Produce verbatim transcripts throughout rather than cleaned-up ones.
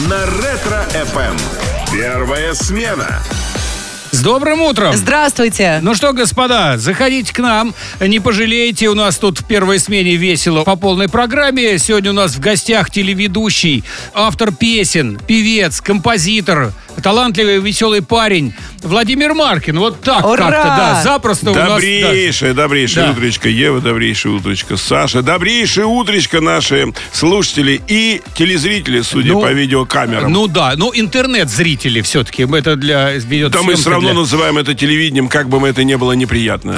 на Ретро-эф эм. Первая смена. С добрым утром! Здравствуйте! Ну что, господа, заходите к нам, не пожалеете, у нас тут в первой смене весело по полной программе. Сегодня у нас в гостях телеведущий, автор песен, певец, композитор, талантливый, веселый парень Владимир Маркин. Вот так Ура! как-то, да, запросто Добрейшее, у нас... Да. добрейшее Да. утречко, Ева, добрейшее утречко, Саша, добрейшее утречко, наши слушатели и телезрители, судя Ну, по видеокамерам. Ну да, ну интернет-зрители все-таки, это для... ведет Да мы съемка все равно для- называем это телевидением, как бы это ни было неприятно.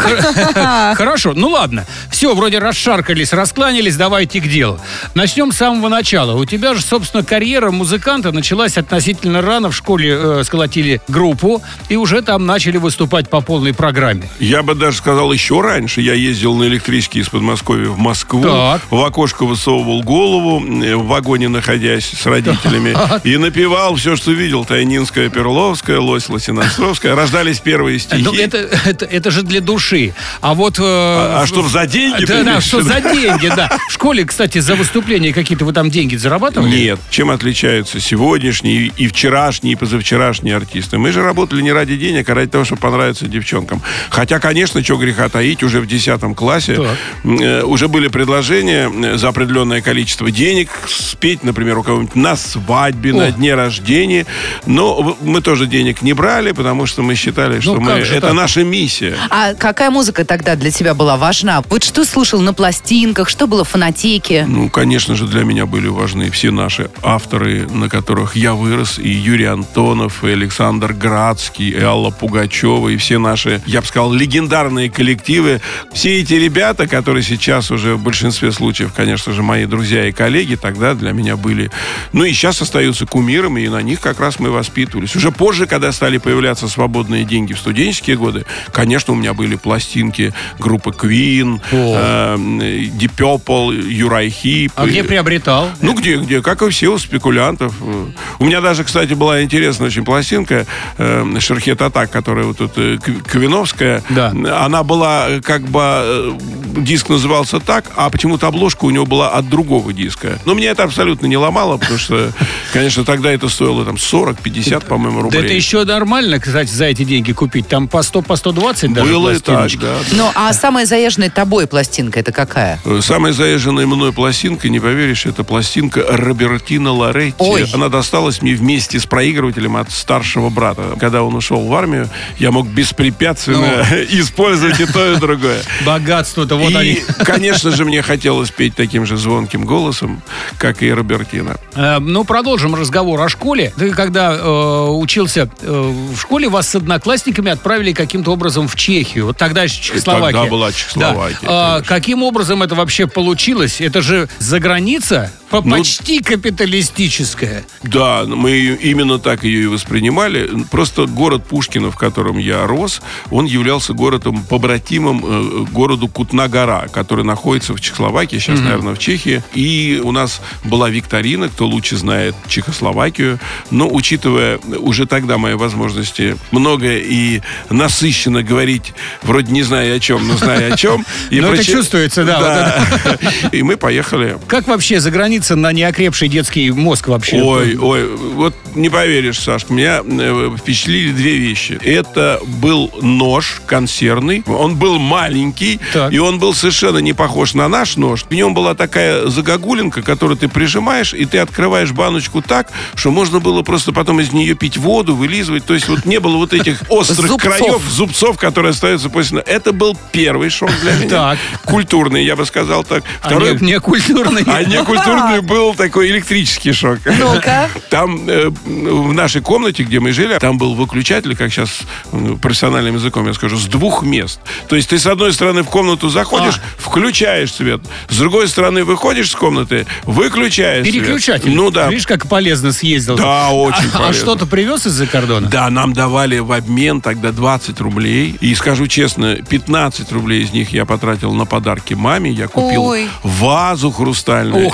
Хорошо, ну ладно. Все, вроде расшаркались, раскланялись, давайте к делу. Начнем с самого начала. У тебя же, собственно, карьера музыканта началась относительно рано. В школе э, сколотили группу и уже там начали выступать по полной программе. Я бы даже сказал еще раньше. Я ездил на электричке из Подмосковья в Москву. Так. В окошко высовывал голову, э, в вагоне находясь с родителями. И напевал все, что видел. Тайнинская, Перловская, Лось Лосиностровская. Рождались первые стихи. Ну, это, это, это же для души. А вот... э, А, а что, за деньги? Да, ты да, имеешь что в виду? за деньги, да. В школе, кстати, за выступления какие-то вы там деньги зарабатывали? Нет. Чем отличаются сегодняшние и вчерашние, и позавчерашние артисты? Мы же работали не ради денег, а ради того, чтобы понравиться девчонкам. Хотя, конечно, чего греха таить, уже в десятом классе э, уже были предложения э, за определенное количество денег спеть, например, у кого-нибудь на свадьбе, О. на дне рождения. Но в- мы тоже денег не брали, потому что мы считали, что мы, как же это так? наша миссия. А какая музыка тогда для тебя была важна? Вот что слушал на пластинках, что было в фонотеке? Ну, конечно же, для меня были важны все наши авторы, на которых я вырос. И Юрий Антонов, и Александр Градский, и Алла Пугачева, и все наши, я бы сказал, легендарные коллективы. Все эти ребята, которые сейчас уже в большинстве случаев, конечно же, мои друзья и коллеги, тогда для меня были... Ну, и сейчас остаются кумирами, и на них как раз мы воспитывались. Уже позже, когда стали появляться свободные деньги в студенческие годы, конечно, у меня были пластинки группы Queen, э, Deep Purple, Uriah Heep. А где приобретал? Ну, где, где? Как и все у спекулянтов. У меня даже, кстати, была интересная очень пластинка э, Шерхет Атак, которая вот тут э, Квиновская. Да. Она была э, как бы... э, диск назывался так, а почему-то обложка у него была от другого диска. Но меня это абсолютно не ломало, потому что, конечно, тогда это стоило там сорок-пятьдесят, по-моему, Да рублей. это еще нормально, кстати, за эти деньги купить. Там по сто, по сто двадцать даже Было и так, пластиночки. да. Ну, а самая заезженная тобой пластинка, это какая? Самая заезженная мной пластинка, не поверишь, это пластинка Робертино Лоретти. Ой. Она досталась мне вместе с проигрывателем от старшего брата. Когда он ушел в армию, я мог беспрепятственно использовать и то, и другое. Богатство-то вот И, они. конечно же, мне хотелось петь таким же звонким голосом, как и Робертино. Э, Ну, продолжим разговор о школе. Ты когда э, учился э, в школе, вас с одноклассниками отправили каким-то образом в Чехию. Вот тогда еще Чехословакия. Тогда была Чехословакия, Да. А, конечно. каким образом это вообще получилось? Это же за граница, по- Ну, почти капиталистическая. Да, мы ее- именно так ее и воспринимали. Просто город Пушкино, в котором я рос, он являлся городом побратимым э, городу Кутна-Гора, который находится в Чехословакии, сейчас, наверное, в Чехии. И у нас была викторина, кто лучше знает Чехословакию. Но, учитывая уже тогда мои возможности много и насыщенно говорить, вроде не зная о чем, но зная о чем. и Ну, это прочи- чувствуется, да, И мы поехали. Как вообще за границей на неокрепший детский мозг вообще? Ой, ой, вот не поверишь, Саш, меня э, впечатлили две вещи. Это был нож консервный, он был маленький, Так. и он был совершенно не похож на наш нож. В нем была такая загогулинка, которую ты прижимаешь, и ты открываешь баночку так, что можно было просто потом из нее пить воду, вылизывать. То есть вот не было вот этих острых Зубцов. краев, зубцов, которые остаются после... Это был первый шок для меня. Так. Культурный, я бы сказал так. А не, не культурный. А некультурный был такой электрический шок. Ну-ка. Там э, в нашей комнате, где мы жили, там был выключатель, как сейчас э, профессиональным языком я скажу, с двух мест. То есть ты с одной стороны в комнату заходишь, А. включаешь свет, с другой стороны выходишь с комнаты, выключаешь свет. Переключатель. Ну да. Видишь, как полезно съездил. Да, очень А, а полезно. что-то привез из-за кордона? Да, нам давали в обмен тогда двадцать рублей. И скажу честно, пятнадцать рублей из них я потратил на подарки маме. Я купил Ой. вазу хрустальную. Ох, чешская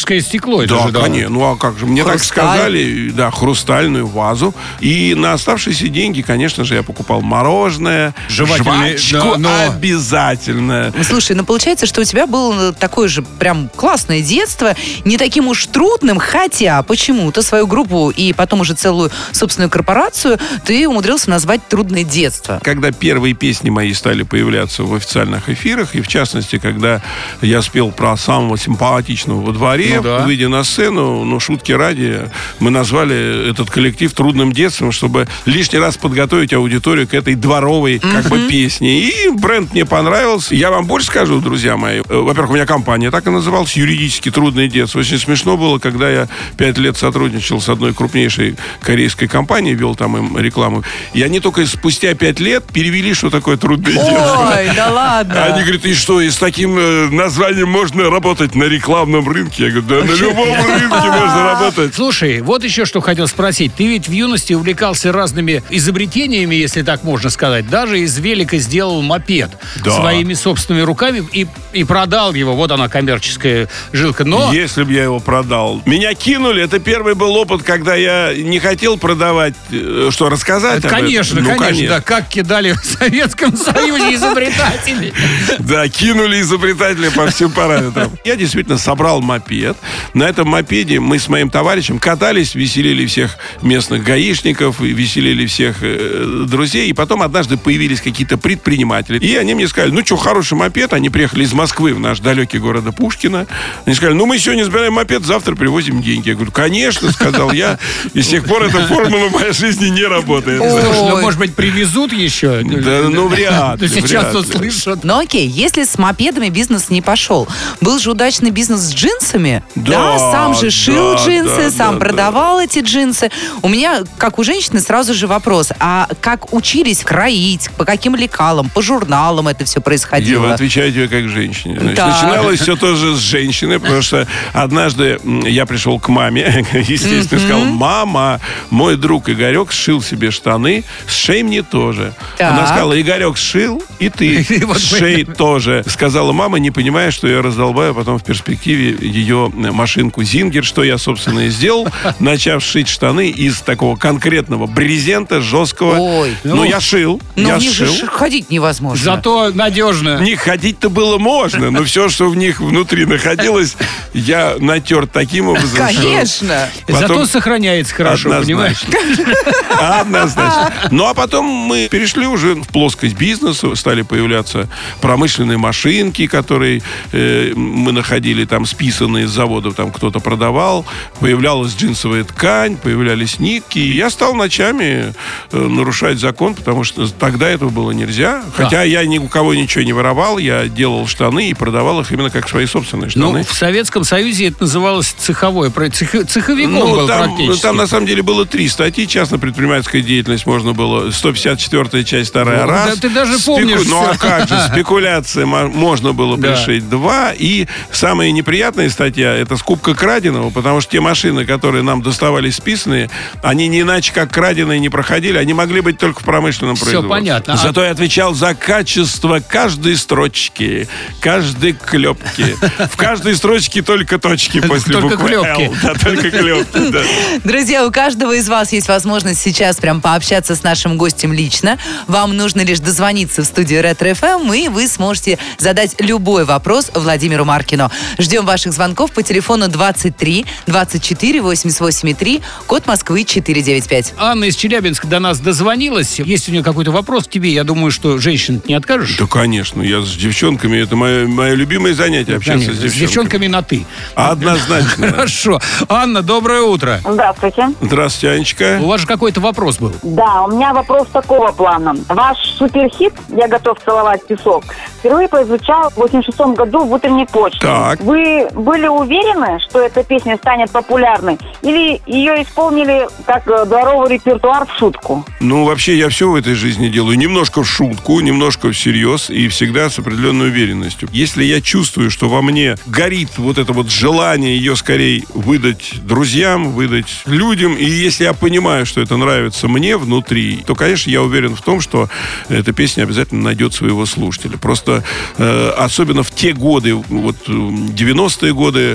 Керамическое стекло. Это Да, же, да, конечно. Ну, а как же? Мне Хрусталь. так сказали. Да, хрустальную вазу. И на оставшиеся деньги, конечно же, я покупал мороженое, Жевательные, жвачку да, но- обязательно. Слушай, ну получается, что у тебя было такое же прям классное детство, не таким уж трудным, хотя почему-то свою группу и потом уже целую собственную корпорацию ты умудрился назвать «Трудное детство». Когда первые песни мои стали появляться в официальных эфирах, и в частности, когда я спел про самого симпатичного во дворе, Ну да. выйдя на сцену, ну, шутки ради, мы назвали этот коллектив «Трудным детством», чтобы лишний раз подготовить аудиторию к этой дворовой как бы песне. И бренд мне понравился. Я вам больше скажу, друзья мои. Во-первых, у меня компания так и называлась «Юридически трудное детство». Очень смешно было, когда я пять лет сотрудничал с одной крупнейшей корейской компанией, вел там им рекламу. И они только спустя пять лет перевели, что такое трудное детство. Ой, да ладно. Они говорят, и что, и с таким э, названием можно работать на рекламном рынке? Я говорю, да на любом рынке можно работать. Слушай, вот еще что хотел спросить. Ты ведь в юности увлекался разными изобретениями, если так можно сказать. Даже из велика сделал мопед Да. своими собственными руками и, и продал его. Вот она, коммерческая жилка. Но Если бы я его продал. Меня кинули. Это первый был опыт, когда я не хотел продавать, э, что рассказать об этом? Конечно, Ну, конечно, да, как кидали в Советском Союзе изобретатели. Да, кинули изобретателя по всем параметрам. Я действительно собрал мопед. На этом мопеде мы с моим товарищем катались, веселили всех местных гаишников, веселили всех э, друзей. И потом однажды появились какие-то предприниматели. И они мне сказали, ну что, хороший мопед. Они приехали из Москвы в наш далекий город Пушкино. Они сказали, ну мы сегодня сбираем мопед, завтра привозим деньги. Я говорю, конечно, сказал я. И с тех пор эта формула в моей жизни не работает. Слушай, ну, Ой. может быть, привезут еще? Да, ну вряд ли. Сейчас вряд тут ли. слышат. Ну окей, если с мопедами бизнес не пошел, был же удачный бизнес с джинсами. Да, сам же шил да, джинсы, да, сам да, продавал эти джинсы. У меня, как у женщины, сразу же вопрос. А как учились кроить, по каким лекалам, по журналам это все Ева, происходило? отвечаю тебе как женщине. Значит, Так. начиналось все тоже с женщины, потому что однажды м, я пришел к маме, естественно, сказал, мама, мой друг Игорек сшил себе штаны, сшей мне тоже. Так. Она сказала, Игорек сшил, и ты И вот сшей тоже. Сказала мама, не понимая, что я раздолбаю потом в перспективе ее машинку Зингер, что я, собственно, и сделал, начав шить штаны из такого конкретного брезента жесткого. Ой. Но Ну, я шил, Ну, я в них же сшил. ш- ходить невозможно. Зато надежно. В них ходить-то было можно, но все, что в них внутри находилось, я натер таким образом, что Конечно. Зато потом- сохраняется хорошо, понимаешь? Однозначно. Однозначно. Ну, а потом мы перешли уже в плоскость бизнеса, стали появляться промышленные машинки, которые э, мы находили там списанные из заводов, там кто-то продавал, появлялась джинсовая ткань, появлялись нитки, и я стал ночами э, нарушать закон, потому что тогда этого было нельзя, хотя я ни у кого ничего не воровал, я делал штаны и продавал их именно как свои собственные штаны. Ну, в Советском Союзе это называлось цеховое, про- цех- цеховиком Ну, был там, практически. там на самом деле было три статьи. Частно-предпринимательская деятельность можно было. сто пятьдесят четвёртая часть, вторая Ну, раз. да ты даже помнишь Ну, а всё. как же, спекуляция мо- можно было Да. пришить два. И самая неприятная статья — это скупка краденого, потому что те машины, которые нам доставались списанные, они не иначе как краденые не проходили, они могли быть только в промышленном Всё производстве. понятно. А- Зато я отвечал за качество каждой строчки, каждой клепки. В каждой строчке только точки после Только буквы клепки. «Л». Да, только клепки, да. Друзья, у каждого из вас есть возможность сейчас прям пообщаться с нашим гостем лично. Вам нужно лишь дозвониться в студию Ретро-эф эм, и вы сможете задать любой вопрос Владимиру Маркину. Ждем ваших звонков по телефону двадцать три двадцать четыре восемьдесят восемь три, код Москвы четыреста девяносто пять. Анна из Челябинска до нас дозвонилась. Есть у нее какой-то вопрос к тебе. Я думаю, что женщин не откажешь. Да, конечно. Я с девчонками, это мое, мое любимое занятие, общаться Конечно, с с девчонками. девчонками на «ты». Однозначно. Хорошо. Анна, доброе утро. Здравствуйте. Здравствуйте, Анечка. У вас же какой-то вопрос был. Да, у меня вопрос такого плана. Ваш суперхит «Я готов целовать песок» впервые прозвучал в восемьдесят шестом году в «Утренней почте». Так. Вы были уверены, что эта песня станет популярной? Или ее исполнили как э, дворовый репертуар в шутку? Ну, вообще, я все в этой жизни делаю немножко в шутку, немножко всерьез и всегда с определенной уверенностью. Если я чувствую, что во мне горит вот это вот желание ее скорее выдать друзьям, выдать людям, и если я понимаю, что это нравится мне внутри, то, конечно, я уверен в том, что эта песня обязательно найдет своего слушателя. Просто э, особенно в те годы, вот э, девяностые годы,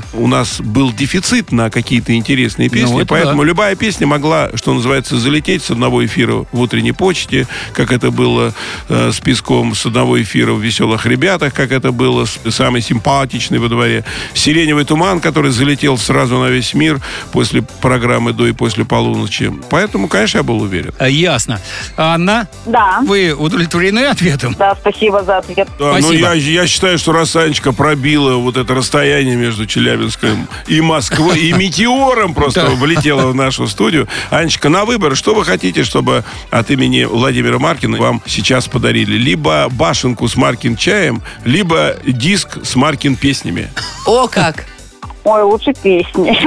у нас был дефицит на какие-то интересные песни, Ну, это поэтому да. любая песня могла, что называется, залететь с одного эфира в «Утренней почте», как это было э, с Песком, с одного эфира в «Веселых ребятах», как это было с самой симпатичной во дворе. «Сиреневый туман», который залетел сразу на весь мир после программы «До и после полуночи». Поэтому, конечно, я был уверен. А, Ясно. Анна, Да. вы удовлетворены ответом? Да, спасибо за ответ. Да, ну Спасибо. я, я считаю, что раз Анечка пробила вот это расстояние между Челябинском и Москвой, и метеором просто Да. влетела в нашу студию. Анечка, на выбор, что вы хотите, чтобы от имени Владимира Маркина вам сейчас подарили? Либо башенку с Маркин чаем, либо диск с Маркин песнями. О, как! Ой, лучше песни.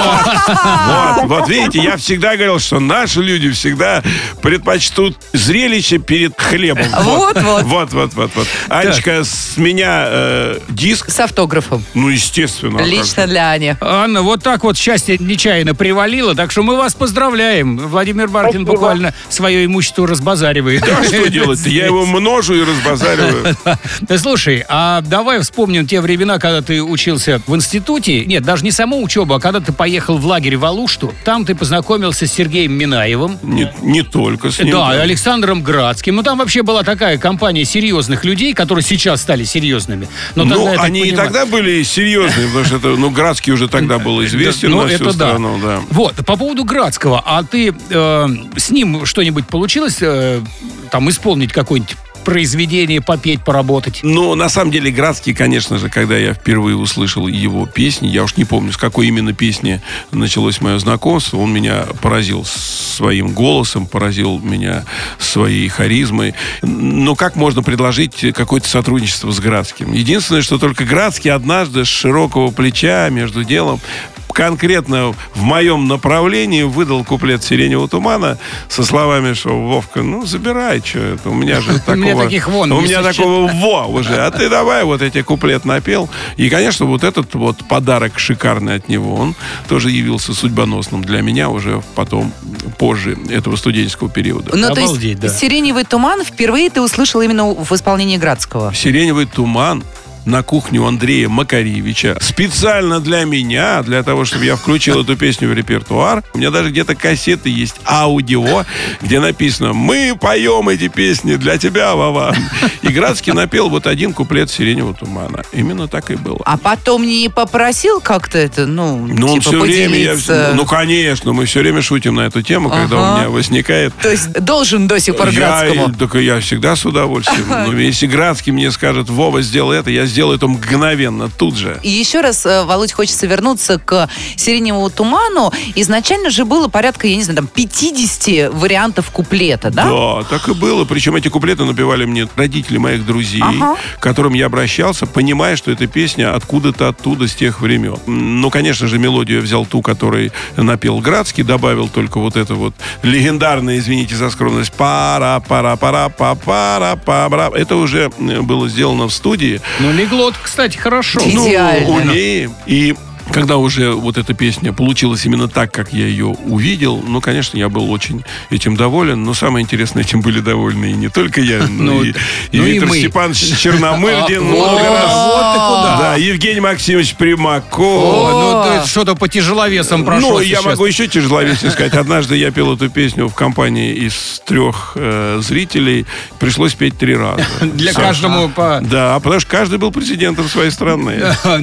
Вот, вот видите, я всегда говорил, что наши люди всегда предпочтут зрелище перед хлебом. Вот, вот. Вот, вот, вот, вот. Анечка, с меня э, диск. С автографом. Ну, естественно. а как Лично же. для Ани. Анна, вот так вот счастье нечаянно привалило, так что мы вас поздравляем. Владимир Маркин Спасибо. буквально свое имущество разбазаривает. А что делать-то? Я его множу и разбазариваю. Да слушай, а давай вспомним те времена, когда ты учился в институте. Нет, даже не саму учебу, а когда ты поехал в лагерь в Алушту. Там ты познакомился с Сергеем Минаевым. Не, не только с ним. Да, и Александром Градским. Ну, там вообще была такая компания серьезных людей, которые сейчас стали серьезными. Но Ну, тогда, я так они и понимаю- тогда были серьезные, потому что это, ну, Градский уже тогда был известен Ну, на всю это да. страну, да. Вот, по поводу Градского, а ты э, с ним что-нибудь получилось э, там исполнить какое-нибудь произведение, попеть, поработать? Ну, на самом деле, Градский, конечно же, когда я впервые услышал его песни, я уж не помню, с какой именно песни началось мое знакомство, он меня поразил своим голосом, поразил меня своей харизмой. Но как можно предложить какое-то сотрудничество с Градским? Единственное, что только Градский однажды с широкого плеча между делом конкретно в моем направлении выдал куплет «Сиреневого тумана» со словами, что «Вовка, ну, забирай, что это, у меня же такого... У меня таких вон, У меня если такого во уже, а ты давай вот эти куплет напел». И, конечно, вот этот вот подарок шикарный от него, он тоже явился судьбоносным для меня уже потом, позже этого студенческого периода. Ну, то Обалдеть, есть да. «Сиреневый туман» впервые ты услышал именно в исполнении Градского. «Сиреневый туман» на кухню Андрея Макаревича. Специально для меня, для того, чтобы я включил эту песню в репертуар. У меня даже где-то кассеты есть, аудио, где написано «Мы поем эти песни для тебя, Вова». И Градский напел вот один куплет «Сиреневого тумана». Именно так и было. А потом не попросил как-то это, ну, Ну, он типа все время, я, поделиться? ну, конечно, мы все время шутим на эту тему, когда Ага. у меня возникает... То есть должен до сих пор Я, Градскому? только я всегда с удовольствием. Но если Градский мне скажет, Вова, сделай это, я сделаю это мгновенно, тут же. И еще раз, э, Володь, хочется вернуться к «Сиреневому туману». Изначально же было порядка, я не знаю, там пятьдесят вариантов куплета, да? Да, так и было. Причем эти куплеты напевали мне родители моих друзей, Ага. к которым я обращался, понимая, что эта песня откуда-то оттуда, с тех времен. Ну, конечно же, мелодию я взял ту, которую напел Градский, добавил только вот это вот легендарное, извините за скромность, пара пара пара па пара па пара. Это уже было сделано в студии. Ну, легло, кстати, хорошо. Ну, Идеально. умеем. И когда уже вот эта песня получилась именно так, как я ее увидел, ну, конечно, я был очень этим доволен. Но самое интересное, этим были довольны и не только я, но Ну, и, и ну и Виктор мы. Степанович Черномырдин. А, много вот, раз. вот ты куда. Да, Евгений Максимович Примаков. О, ну, ты что-то по тяжеловесам прошел Ну, я сейчас. могу еще тяжеловеснее сказать. Однажды я пел эту песню в компании из трех э, зрителей. Пришлось петь три раза. Для каждому по... Да, потому что каждый был президентом своей страны.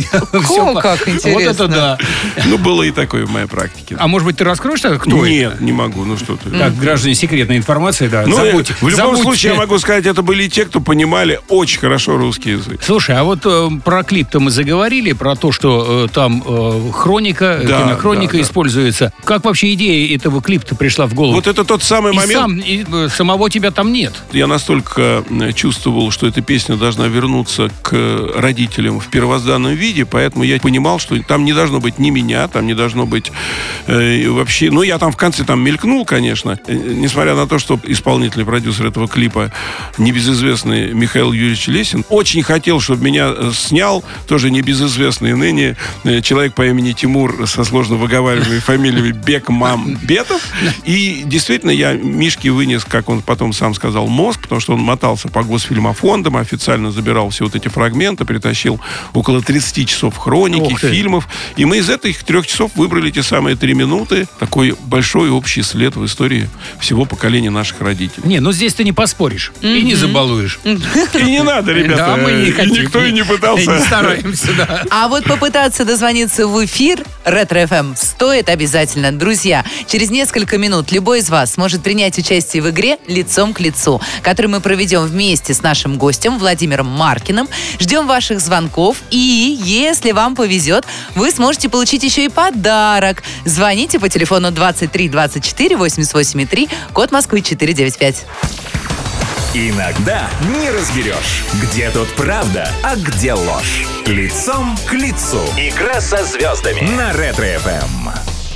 Всё по- как интересно. Вот это да. Ну, было и такое в моей практике. А может быть, ты раскроешь тогда, кто это? Нет, не могу, ну что ты. Так, граждане, секретная информация, да. Ну, забудьте. в любом забудьте. случае, я могу сказать, это были те, кто понимали очень хорошо русский язык. Слушай, а вот э, про клип-то мы заговорили, про то, что э, там э, хроника, Да, кинохроника да, да. используется. Как вообще идея этого клипа-то пришла в голову? Вот это тот самый и момент. сам, и, э, самого тебя там нет. Я настолько э, чувствовал, что эта песня должна вернуться к родителям в первозданном виде, поэтому я понимал, что там не должно быть ни меня, там не должно быть э, вообще... Ну, я там в конце там мелькнул, конечно, э, несмотря на то, что исполнительный продюсер этого клипа, небезызвестный Михаил Юрьевич Лесин, очень хотел, чтобы меня э, снял тоже небезызвестный ныне э, человек по имени Тимур со сложно выговариваемой фамилией Бекмамбетов. И действительно, я Мишке вынес, как он потом сам сказал, мозг, потому что он мотался по госфильмофондам, официально забирал все вот эти фрагменты, притащил около тридцать часов хроники, Ух ты. фильмов. И мы из этих трех часов выбрали те самые три минуты. Такой большой общий след в истории всего поколения наших родителей. Не, ну здесь ты не поспоришь и не забалуешь. И не надо, ребята. Да, мы не и хотим. Никто и не пытался. Не стараемся, да. А вот попытаться дозвониться в эфир Ретро эф эм стоит обязательно. Друзья, через несколько минут любой из вас сможет принять участие в игре «Лицом к лицу», которую мы проведем вместе с нашим гостем Владимиром Маркиным. Ждем ваших звонков. И если вам повезет, вы сможете получить еще и подарок. Звоните по телефону двадцать три двадцать четыре восемьдесят восемь три, код Москвы четыреста девяносто пять. Иногда не разберешь, где тут правда, а где ложь. Лицом к лицу. Игра со звездами на Ретро эф эм.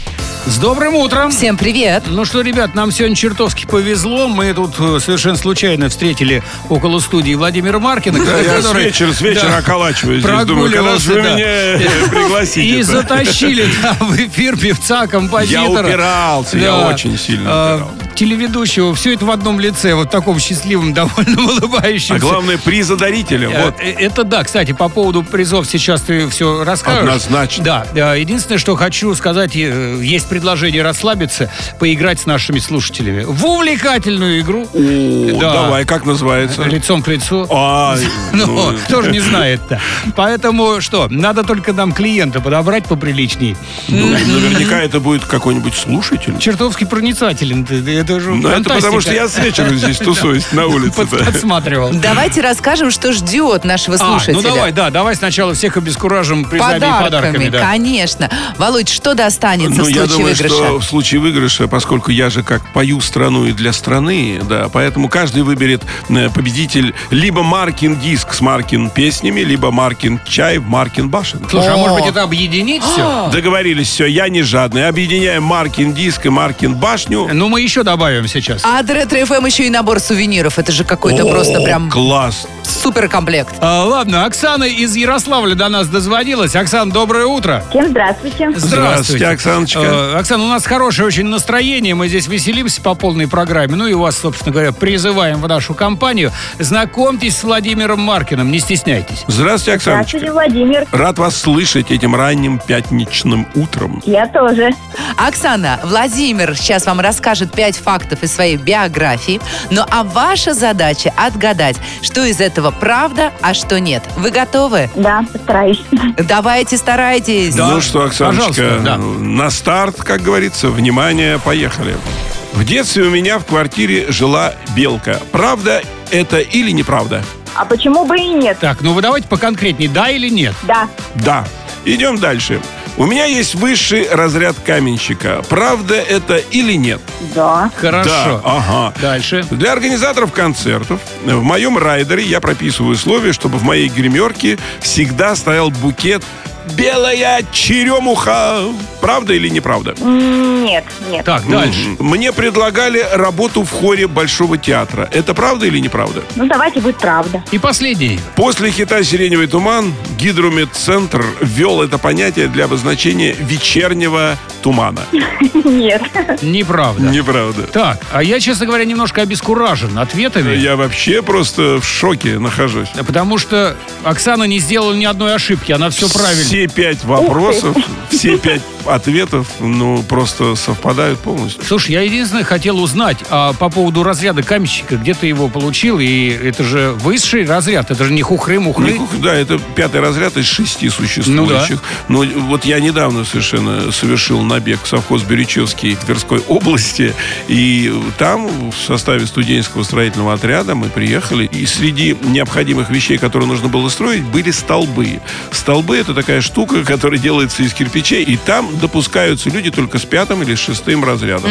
С добрым утром! Всем привет! Ну что, ребят, нам сегодня чертовски повезло. Мы тут э, совершенно случайно встретили около студии Владимира Маркина, Я с который вечера, с вечера да, околачиваюсь здесь. Думаю, когда же прогуливался, вы да. меня пригласите? И затащили да, в эфир певца, композитора. Я упирался, я очень сильно э, упирался. Телеведущего. Все это в одном лице, вот таком счастливом, довольно улыбающемся. А главное, призодарителя. Э, Вот. э, Это да, кстати, по поводу призов сейчас ты все расскажешь. Однозначно. Да, э, единственное, что хочу сказать, э, есть предложение расслабиться, поиграть с нашими слушателями в увлекательную игру. О, Да. давай, как называется? Лицом к лицу. А, Ну, ну, кто же не знает-то. Поэтому что, надо только нам клиента подобрать поприличней. ну, наверняка это будет какой-нибудь слушатель. Чертовски проницателен ты. Это же Ну, это фантастика. потому что я с вечера здесь тусуюсь на улице. Под- Подсматривал. Давайте расскажем, что ждет нашего А, слушателя. ну давай, да, давай сначала всех обескуражим призами и подарками. Да. Конечно. Володь, что достанется Ну, в я случае думаю, выигрыша? что в случае выигрыша, поскольку я же как пою страну и для страны, да, поэтому каждый выберет э, победитель либо Маркин диск с Маркин песнями, либо Маркин чай в Маркин башен. Слушай, а О. может быть это объединить все? Договорились, все, я не жадный. Объединяем Маркин диск и Маркин башню. Ну, мы еще добавим сейчас. А от Ретро эф эм еще и набор сувениров. Это же какой-то О, просто прям класс. суперкомплект. А, ладно, Оксана из Ярославля до нас дозвонилась. Оксан, доброе утро. Всем здравствуйте. Здравствуйте, Оксаночка. Э, Оксана, у нас хорошее очень настроение. Мы здесь веселимся по полной программе. Ну и вас, собственно говоря, призываем в нашу компанию. Знакомьтесь с Владимиром Маркиным, не стесняйтесь. Здравствуйте, Здравствуйте, Оксаночка. Владимир. Рад вас слышать этим ранним пятничным утром. Я тоже. Оксана, Владимир сейчас вам расскажет пять фактов из своей биографии. Ну а ваша задача отгадать, что из этого правда, а что нет. Вы готовы? Да, постараюсь. Давайте, старайтесь. Да. Ну что, Оксаночка, Пожалуйста, да. на старт, как говорится, внимание, поехали. В детстве у меня в квартире жила белка. Правда это или неправда? А почему бы и нет? Так, ну вы давайте поконкретнее, да или нет? Да. Да. Идем дальше. У меня есть высший разряд каменщика. Правда это или нет? Да. Хорошо. Да, ага. Дальше. Для организаторов концертов в моем райдере я прописываю условия, чтобы в моей гримерке всегда стоял букет «Белая черемуха». Правда или неправда? М, Нет, нет. Так, дальше. Мгм. Мне предлагали работу в хоре Большого театра. Это правда или неправда? Ну, давайте будет правда. И последний. После хита «Сиреневый туман» Гидромедцентр ввел это понятие для обозначения вечернего тумана. Нет. Неправда. Неправда. Так, а я, честно говоря, немножко обескуражен ответами. Я вообще просто в шоке нахожусь. Потому что Оксана не сделала ни одной ошибки, она все правильно. Все пять вопросов, все пять ответов, ну, просто совпадают полностью. Слушай, я единственное хотел узнать а по поводу разряда каменщика, где ты его получил, и это же высший разряд, это же не хухры-мухры. Не кух- Да, это пятый разряд из шести существующих. Но вот я недавно совершенно совершил набег в совхоз Беречевский Тверской области, и там в составе студенческого строительного отряда мы приехали, и среди необходимых вещей, которые нужно было строить, были столбы. Столбы — это такая штука, которая делается из кирпичей, и там допускаются люди только с пятым или с шестым разрядом.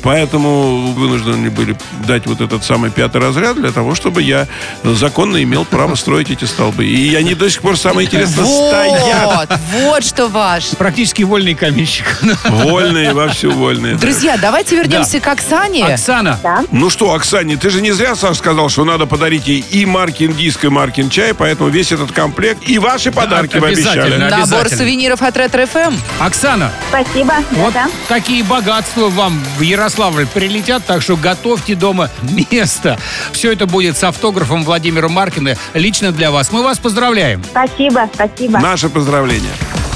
Поэтому вынуждены были дать вот этот самый пятый разряд для того, чтобы я законно имел право строить эти столбы. И они до сих пор, самое интересное, стоят. Вот, вот что ваш. Практически вольный каменщик. Вольные, вовсю вольные. да. Друзья, давайте вернемся к Оксане. Оксана, Да. Ну что, Оксане, ты же не зря, Саш, сказал, что надо подарить ей и Маркин диск, и Маркин чай, поэтому весь этот комплект и ваши подарки вы обязательно. обещали. Набор обязательно. сувениров от Ретро эф эм. Оксана, Спасибо. вот Да. такие богатства вам в Ярославль прилетят, так что готовьте дома место. Все это будет с автографом Владимира Маркина лично для вас. Мы вас поздравляем. Спасибо, спасибо. Наше поздравление.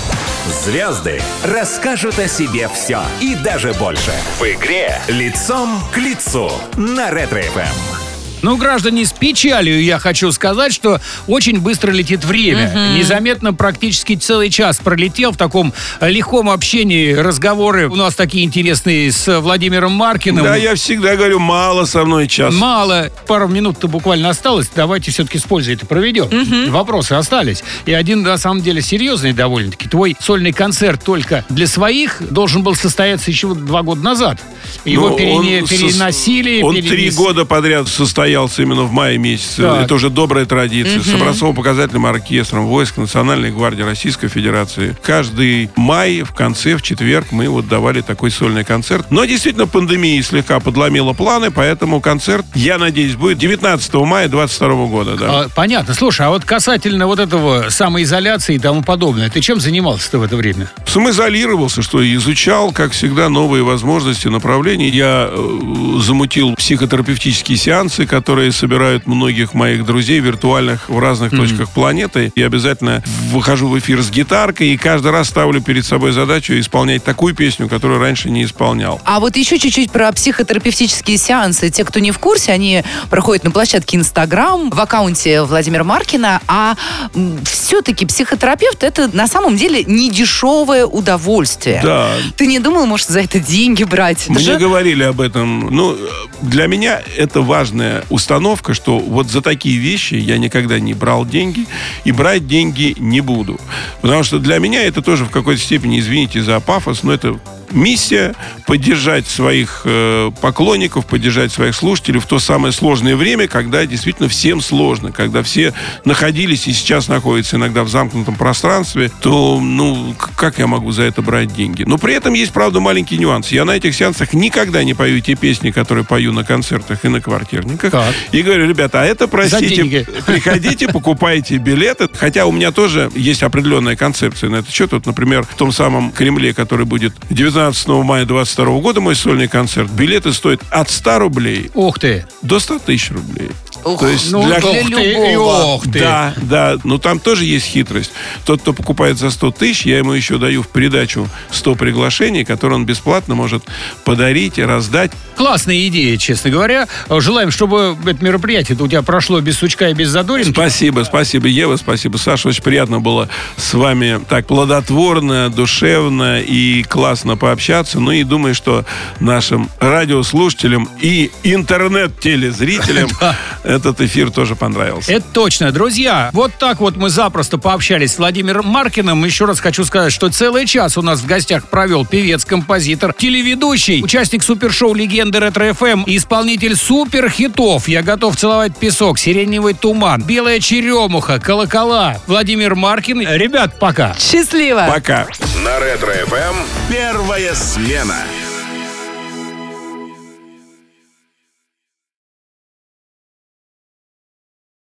Звезды расскажут о себе все и даже больше. В игре «Лицом к лицу» на Ретро-эф эм. Ну, граждане, с печалью я хочу сказать, что очень быстро летит время. Угу. Незаметно практически целый час пролетел в таком легком общении. Разговоры у нас такие интересные с Владимиром Маркиным. Да, я всегда говорю, мало со мной час. Мало. Пару минут-то буквально осталось. Давайте все-таки с пользой это проведем. Угу. Вопросы остались. И один, на самом деле, серьезный довольно-таки. Твой сольный концерт только для своих должен был состояться еще два года назад. Его Но перене... он переносили. Он перенес... три года подряд состоялся именно в мае месяце. Так. Это уже добрая традиция. Угу. С образцово-показательным оркестром войск Национальной гвардии Российской Федерации. Каждый май в конце, в четверг, мы вот давали такой сольный концерт. Но действительно пандемия слегка подломила планы, поэтому концерт, я надеюсь, будет девятнадцатого мая двадцать второго года. Да. А, понятно. Слушай, а вот касательно вот этого самоизоляции и тому подобное, ты чем занимался-то в это время? Самоизолировался, что изучал, как всегда, новые возможности, направления. Я э, замутил психотерапевтические сеансы, которые собирают многих моих друзей виртуальных в разных mm-hmm. точках планеты. Я обязательно выхожу в эфир с гитаркой и каждый раз ставлю перед собой задачу исполнять такую песню, которую раньше не исполнял. А вот еще чуть-чуть про психотерапевтические сеансы. Те, кто не в курсе, они проходят на площадке Инстаграм, в аккаунте Владимира Маркина. А все-таки психотерапевт — это на самом деле не дешевое удовольствие. Да. Ты не думал, может, за это деньги брать? Мне же... говорили об этом. Ну, для меня это важная установка, что вот за такие вещи я никогда не брал деньги и брать деньги не буду. Потому что для меня это тоже в какой-то степени, извините за пафос, но это миссия поддержать своих э, поклонников, поддержать своих слушателей в то самое сложное время, когда действительно всем сложно, когда все находились и сейчас находятся иногда в замкнутом пространстве, то, ну, как я могу за это брать деньги? Но при этом есть, правда, маленький нюанс. Я на этих сеансах никогда не пою те песни, которые пою на концертах и на квартирниках. Так. И говорю, ребята, а это, простите, приходите, покупайте билеты. Хотя у меня тоже есть определенная концепция на этот счет. Вот, например, в том самом Кремле, который будет девятнадцатого мая двадцать второго года, мой сольный концерт, билеты стоят от ста рублей Ух ты. до ста тысяч рублей. Ух, То есть ну, для, для любого. Ох ты. Да, да, но там тоже есть хитрость. Тот, кто покупает за сто тысяч, я ему еще даю в придачу сто приглашений, которые он бесплатно может подарить и раздать. Классная идея, честно говоря. Желаем, чтобы это мероприятие у тебя прошло без сучка и без задоринки. Спасибо, спасибо, Ева, спасибо, Саша. Очень приятно было с вами так плодотворно, душевно и классно пообщаться. Ну и думаю, что нашим радиослушателям и интернет-телезрителям этот эфир тоже понравился. Это точно. Друзья, вот так вот мы запросто пообщались с Владимиром Маркиным. Еще раз хочу сказать, что целый час у нас в гостях провел певец, композитор, телеведущий, участник супершоу «Легенды Ретро-эф эм» и исполнитель суперхитов «Я готов целовать песок», «Сиреневый туман», «Белая черемуха», «Колокола». Владимир Маркин. Ребят, пока. Счастливо. Пока. На Ретро-эф эм первая смена.